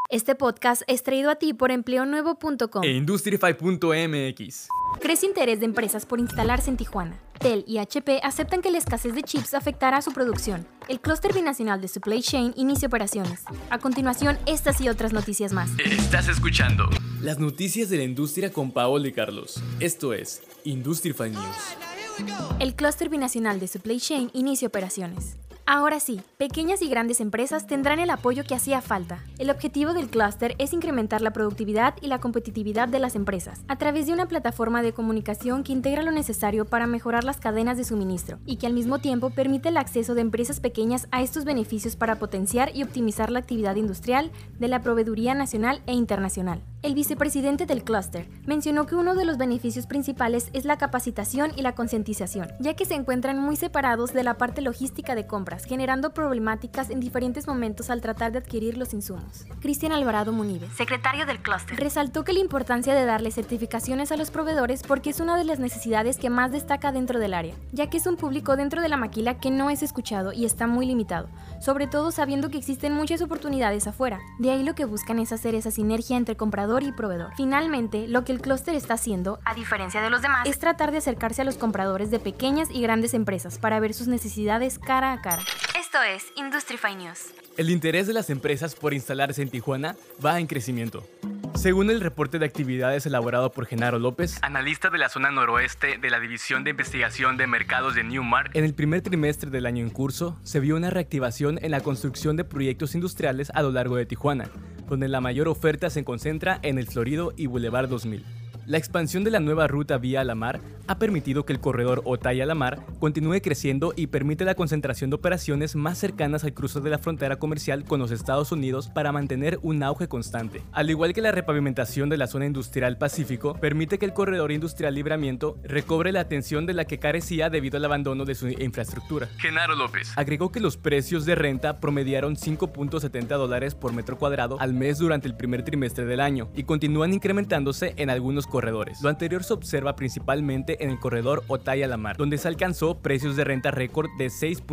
Este podcast es traído a ti por empleonuevo.com e Industrify.mx. Crece interés de empresas por instalarse en Tijuana. TEL y HP aceptan que la escasez de chips afectará su producción. El Clúster Binacional de Supply Chain inicia operaciones. A continuación, estas y otras noticias más. Estás escuchando las noticias de la industria con Paola y Carlos. Esto es Industrify News. El Clúster Binacional de Supply Chain inicia operaciones. Ahora sí, pequeñas y grandes empresas tendrán el apoyo que hacía falta. El objetivo del clúster es incrementar la productividad y la competitividad de las empresas a través de una plataforma de comunicación que integra lo necesario para mejorar las cadenas de suministro y que al mismo tiempo permite el acceso de empresas pequeñas a estos beneficios para potenciar y optimizar la actividad industrial de la proveeduría nacional e internacional. El vicepresidente del clúster mencionó que uno de los beneficios principales es la capacitación y la concientización, ya que se encuentran muy separados de la parte logística de compras, generando problemáticas en diferentes momentos al tratar de adquirir los insumos. Cristian Alvarado Munive, secretario del clúster, resaltó que la importancia de darle certificaciones a los proveedores porque es una de las necesidades que más destaca dentro del área, ya que es un público dentro de la maquila que no es escuchado y está muy limitado, sobre todo sabiendo que existen muchas oportunidades afuera. De ahí lo que buscan es hacer esa sinergia entre comprador y proveedor. Finalmente, lo que el clúster está haciendo, a diferencia de los demás, es tratar de acercarse a los compradores de pequeñas y grandes empresas para ver sus necesidades cara a cara. Esto es Industrify News. El interés de las empresas por instalarse en Tijuana va en crecimiento. Según el reporte de actividades elaborado por Genaro López, analista de la zona noroeste de la División de Investigación de Mercados de Newmark, en el primer trimestre del año en curso se vio una reactivación en la construcción de proyectos industriales a lo largo de Tijuana, donde la mayor oferta se concentra en el Florido y Boulevard 2000. La expansión de la nueva ruta vía la mar ha permitido que el corredor Otay-La Mar continúe creciendo y permite la concentración de operaciones más cercanas al cruce de la frontera comercial con los Estados Unidos para mantener un auge constante. Al igual que la repavimentación de la zona industrial Pacífico, permite que el corredor industrial Libramiento recobre la atención de la que carecía debido al abandono de su infraestructura. Genaro López agregó que los precios de renta promediaron $5.70 por metro cuadrado al mes durante el primer trimestre del año y continúan incrementándose en algunos corredores. Lo anterior se observa principalmente en el corredor Otay-La Mar, donde se alcanzó precios de renta récord de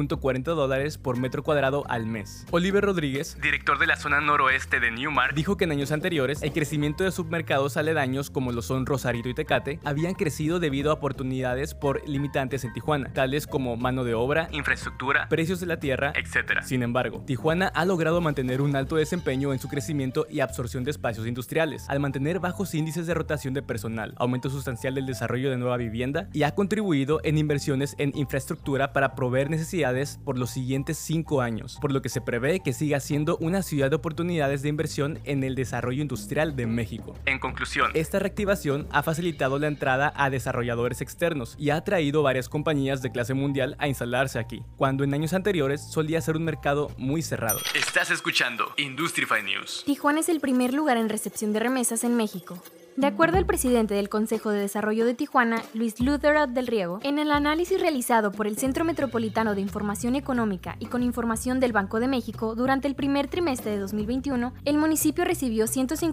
$6.40 por metro cuadrado al mes. Oliver Rodríguez, director de la zona noroeste de Newmark, dijo que en años anteriores el crecimiento de submercados aledaños como lo son Rosarito y Tecate habían crecido debido a oportunidades por limitantes en Tijuana, tales como mano de obra, infraestructura, precios de la tierra, etc. Sin embargo, Tijuana ha logrado mantener un alto desempeño en su crecimiento y absorción de espacios industriales, al mantener bajos índices de rotación de personal, aumento sustancial del desarrollo de nueva vivienda y ha contribuido en inversiones en infraestructura para proveer necesidades por los siguientes 5 años, por lo que se prevé que siga siendo una ciudad de oportunidades de inversión en el desarrollo industrial de México. En conclusión, esta reactivación ha facilitado la entrada a desarrolladores externos y ha atraído varias compañías de clase mundial a instalarse aquí, cuando en años anteriores solía ser un mercado muy cerrado. Estás escuchando Industrify News. Tijuana es el primer lugar en recepción de remesas en México. De acuerdo al presidente del Consejo de Desarrollo de Tijuana, Luis Luther del Riego, en el análisis realizado por el Centro Metropolitano de Información Económica y con información del Banco de México, durante el primer trimestre de 2021, el municipio recibió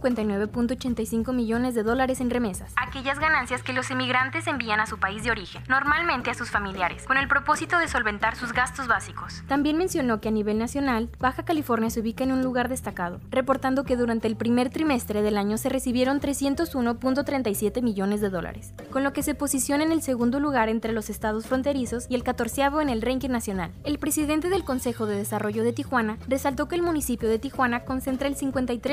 $159.85 millones en remesas, aquellas ganancias que los emigrantes envían a su país de origen, normalmente a sus familiares, con el propósito de solventar sus gastos básicos. También mencionó que a nivel nacional, Baja California se ubica en un lugar destacado, reportando que durante el primer trimestre del año se recibieron $301.37 millones, con lo que se posiciona en el segundo lugar entre los estados fronterizos y el 14º en el ranking nacional. El presidente del Consejo de Desarrollo de Tijuana resaltó que el municipio de Tijuana concentra el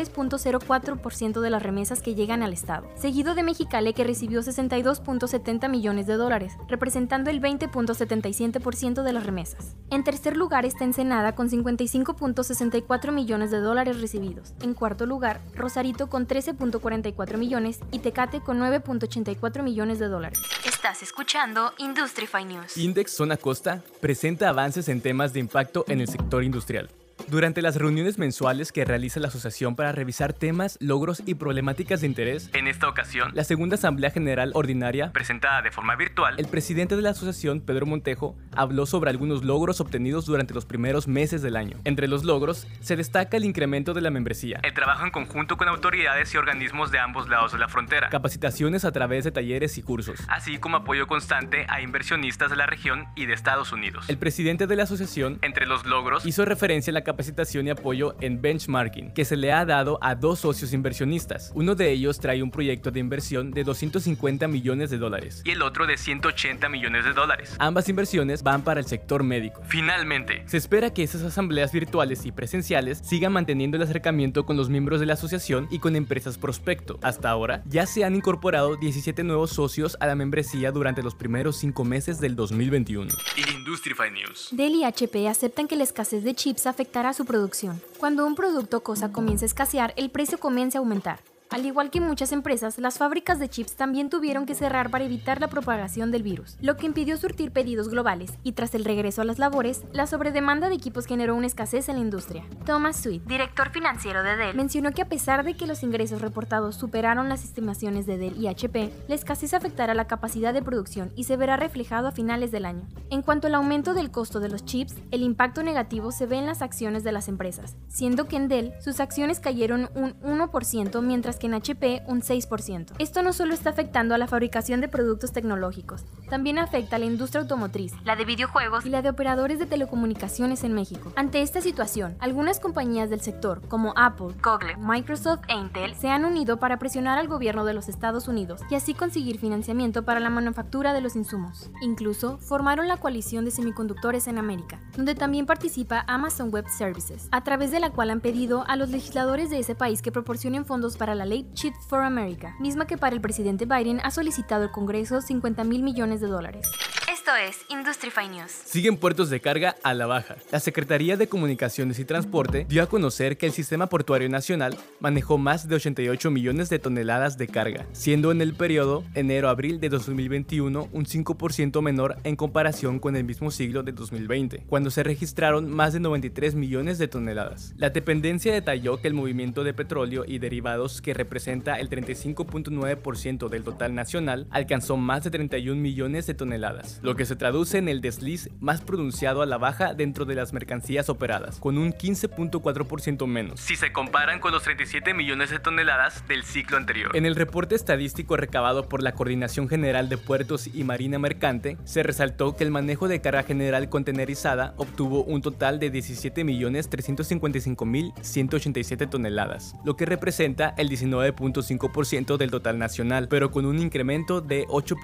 53.04% de las remesas que llegan al estado, seguido de Mexicali, que recibió $62.70 millones, representando el 20.77% de las remesas. En tercer lugar está Ensenada con $55.64 millones recibidos. En cuarto lugar, Rosarito con $13.44 millones y Tecate con $9.84 millones. Estás escuchando Industrify News. Index Zona Costa presenta avances en temas de impacto en el sector industrial. Durante las reuniones mensuales que realiza la asociación para revisar temas, logros y problemáticas de interés, en esta ocasión, la segunda Asamblea General Ordinaria, presentada de forma virtual, el presidente de la asociación, Pedro Montejo, habló sobre algunos logros obtenidos durante los primeros meses del año. Entre los logros, se destaca el incremento de la membresía, el trabajo en conjunto con autoridades y organismos de ambos lados de la frontera, capacitaciones a través de talleres y cursos, así como apoyo constante a inversionistas de la región y de Estados Unidos. El presidente de la asociación, entre los logros, hizo referencia a la capacitación y apoyo en benchmarking, que se le ha dado a 2 socios inversionistas. Uno de ellos trae un proyecto de inversión de $250 millones y el otro de $180 millones. Ambas inversiones van para el sector médico. Finalmente, se espera que esas asambleas virtuales y presenciales sigan manteniendo el acercamiento con los miembros de la asociación y con empresas prospecto. Hasta ahora, ya se han incorporado 17 nuevos socios a la membresía durante los primeros 5 meses del 2021. Industrify News. Dell y HP aceptan que la escasez de chips afectará su producción. Cuando un producto o cosa comienza a escasear, el precio comienza a aumentar. Al igual que muchas empresas, las fábricas de chips también tuvieron que cerrar para evitar la propagación del virus, lo que impidió surtir pedidos globales, y tras el regreso a las labores, la sobredemanda de equipos generó una escasez en la industria. Thomas Sweet, director financiero de Dell, mencionó que a pesar de que los ingresos reportados superaron las estimaciones de Dell y HP, la escasez afectará la capacidad de producción y se verá reflejado a finales del año. En cuanto al aumento del costo de los chips, el impacto negativo se ve en las acciones de las empresas, siendo que en Dell sus acciones cayeron un 1%, mientras que en HP un 6%. Esto no solo está afectando a la fabricación de productos tecnológicos, también afecta a la industria automotriz, la de videojuegos y la de operadores de telecomunicaciones en México. Ante esta situación, algunas compañías del sector, como Apple, Google, Microsoft e Intel, se han unido para presionar al gobierno de los Estados Unidos y así conseguir financiamiento para la manufactura de los insumos. Incluso, formaron la coalición de semiconductores en América, donde también participa Amazon Web Services, a través de la cual han pedido a los legisladores de ese país que proporcionen fondos para la ley Chips for America, misma que para el presidente Biden ha solicitado el Congreso $50 mil millones. Esto es Industrify News. Siguen puertos de carga a la baja. La Secretaría de Comunicaciones y Transporte dio a conocer que el Sistema Portuario Nacional manejó más de 88 millones de toneladas de carga, siendo en el periodo enero-abril de 2021 un 5% menor en comparación con el mismo siglo de 2020, cuando se registraron más de 93 millones de toneladas. La dependencia detalló que el movimiento de petróleo y derivados, que representa el 35.9% del total nacional, alcanzó más de 31 millones de toneladas, lo que se traduce en el desliz más pronunciado a la baja dentro de las mercancías operadas, con un 15.4% menos, si se comparan con los 37 millones de toneladas del ciclo anterior. En el reporte estadístico recabado por la Coordinación General de Puertos y Marina Mercante, se resaltó que el manejo de carga general contenerizada obtuvo un total de 17.355.187 toneladas, lo que representa el 19.5% del total nacional, pero con un incremento de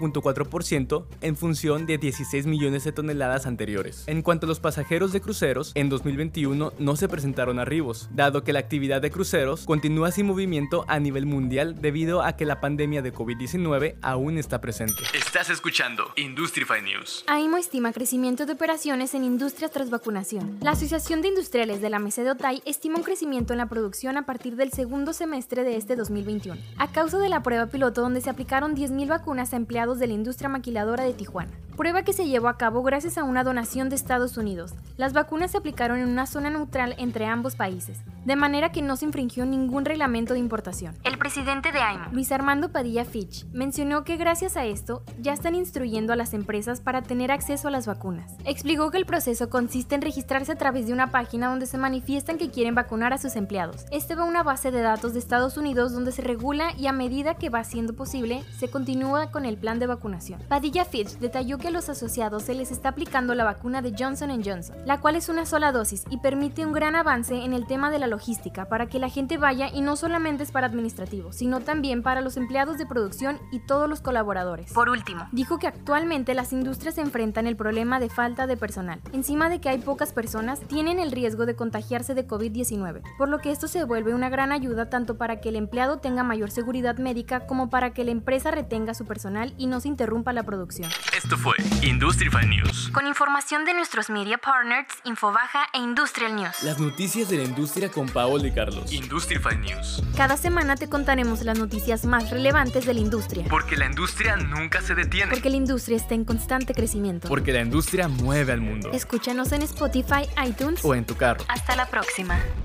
8.4% en función de 16 millones de toneladas anteriores. En cuanto a los pasajeros de cruceros, en 2021 no se presentaron arribos, dado que la actividad de cruceros continúa sin movimiento a nivel mundial debido a que la pandemia de COVID-19 aún está presente. Estás escuchando Industrify News. AIMO estima crecimiento de operaciones en industrias tras vacunación. La Asociación de Industriales de la Mesa de Otay estima un crecimiento en la producción a partir del segundo semestre de este 2021, a causa de la prueba piloto donde se aplicaron 10.000 vacunas a empleados de la industria maquiladora de Tijuana. Prueba que se llevó a cabo gracias a una donación de Estados Unidos. Las vacunas se aplicaron en una zona neutral entre ambos países, de manera que no se infringió ningún reglamento de importación. El presidente de AIMO, Luis Armando Padilla Fitch, mencionó que gracias a esto ya están instruyendo a las empresas para tener acceso a las vacunas. Explicó que el proceso consiste en registrarse a través de una página donde se manifiestan que quieren vacunar a sus empleados. Este va a una base de datos de Estados Unidos donde se regula y a medida que va siendo posible, se continúa con el plan de vacunación. Padilla Fitch detalló que a los asociados se les está aplicando la vacuna de Johnson & Johnson, la cual es una sola dosis y permite un gran avance en el tema de la logística para que la gente vaya, y no solamente es para administrativos, sino también para los empleados de producción y todos los colaboradores. Por último, dijo que actualmente las industrias se enfrentan el problema de falta de personal. Encima de que hay pocas personas, tienen el riesgo de contagiarse de COVID-19, por lo que esto se vuelve una gran ayuda tanto para que el empleado tenga mayor seguridad médica como para que la empresa retenga su personal y no se interrumpa la producción. Esto fue Industrify News, con información de nuestros media partners Infobaja e Industrial News. Las noticias de la industria con Paola y Carlos. Industrify News. Cada semana te contaremos las noticias más relevantes de la industria. Porque la industria nunca se detiene. Porque la industria está en constante crecimiento. Porque la industria mueve al mundo. Escúchanos en Spotify, iTunes o en tu carro. Hasta la próxima.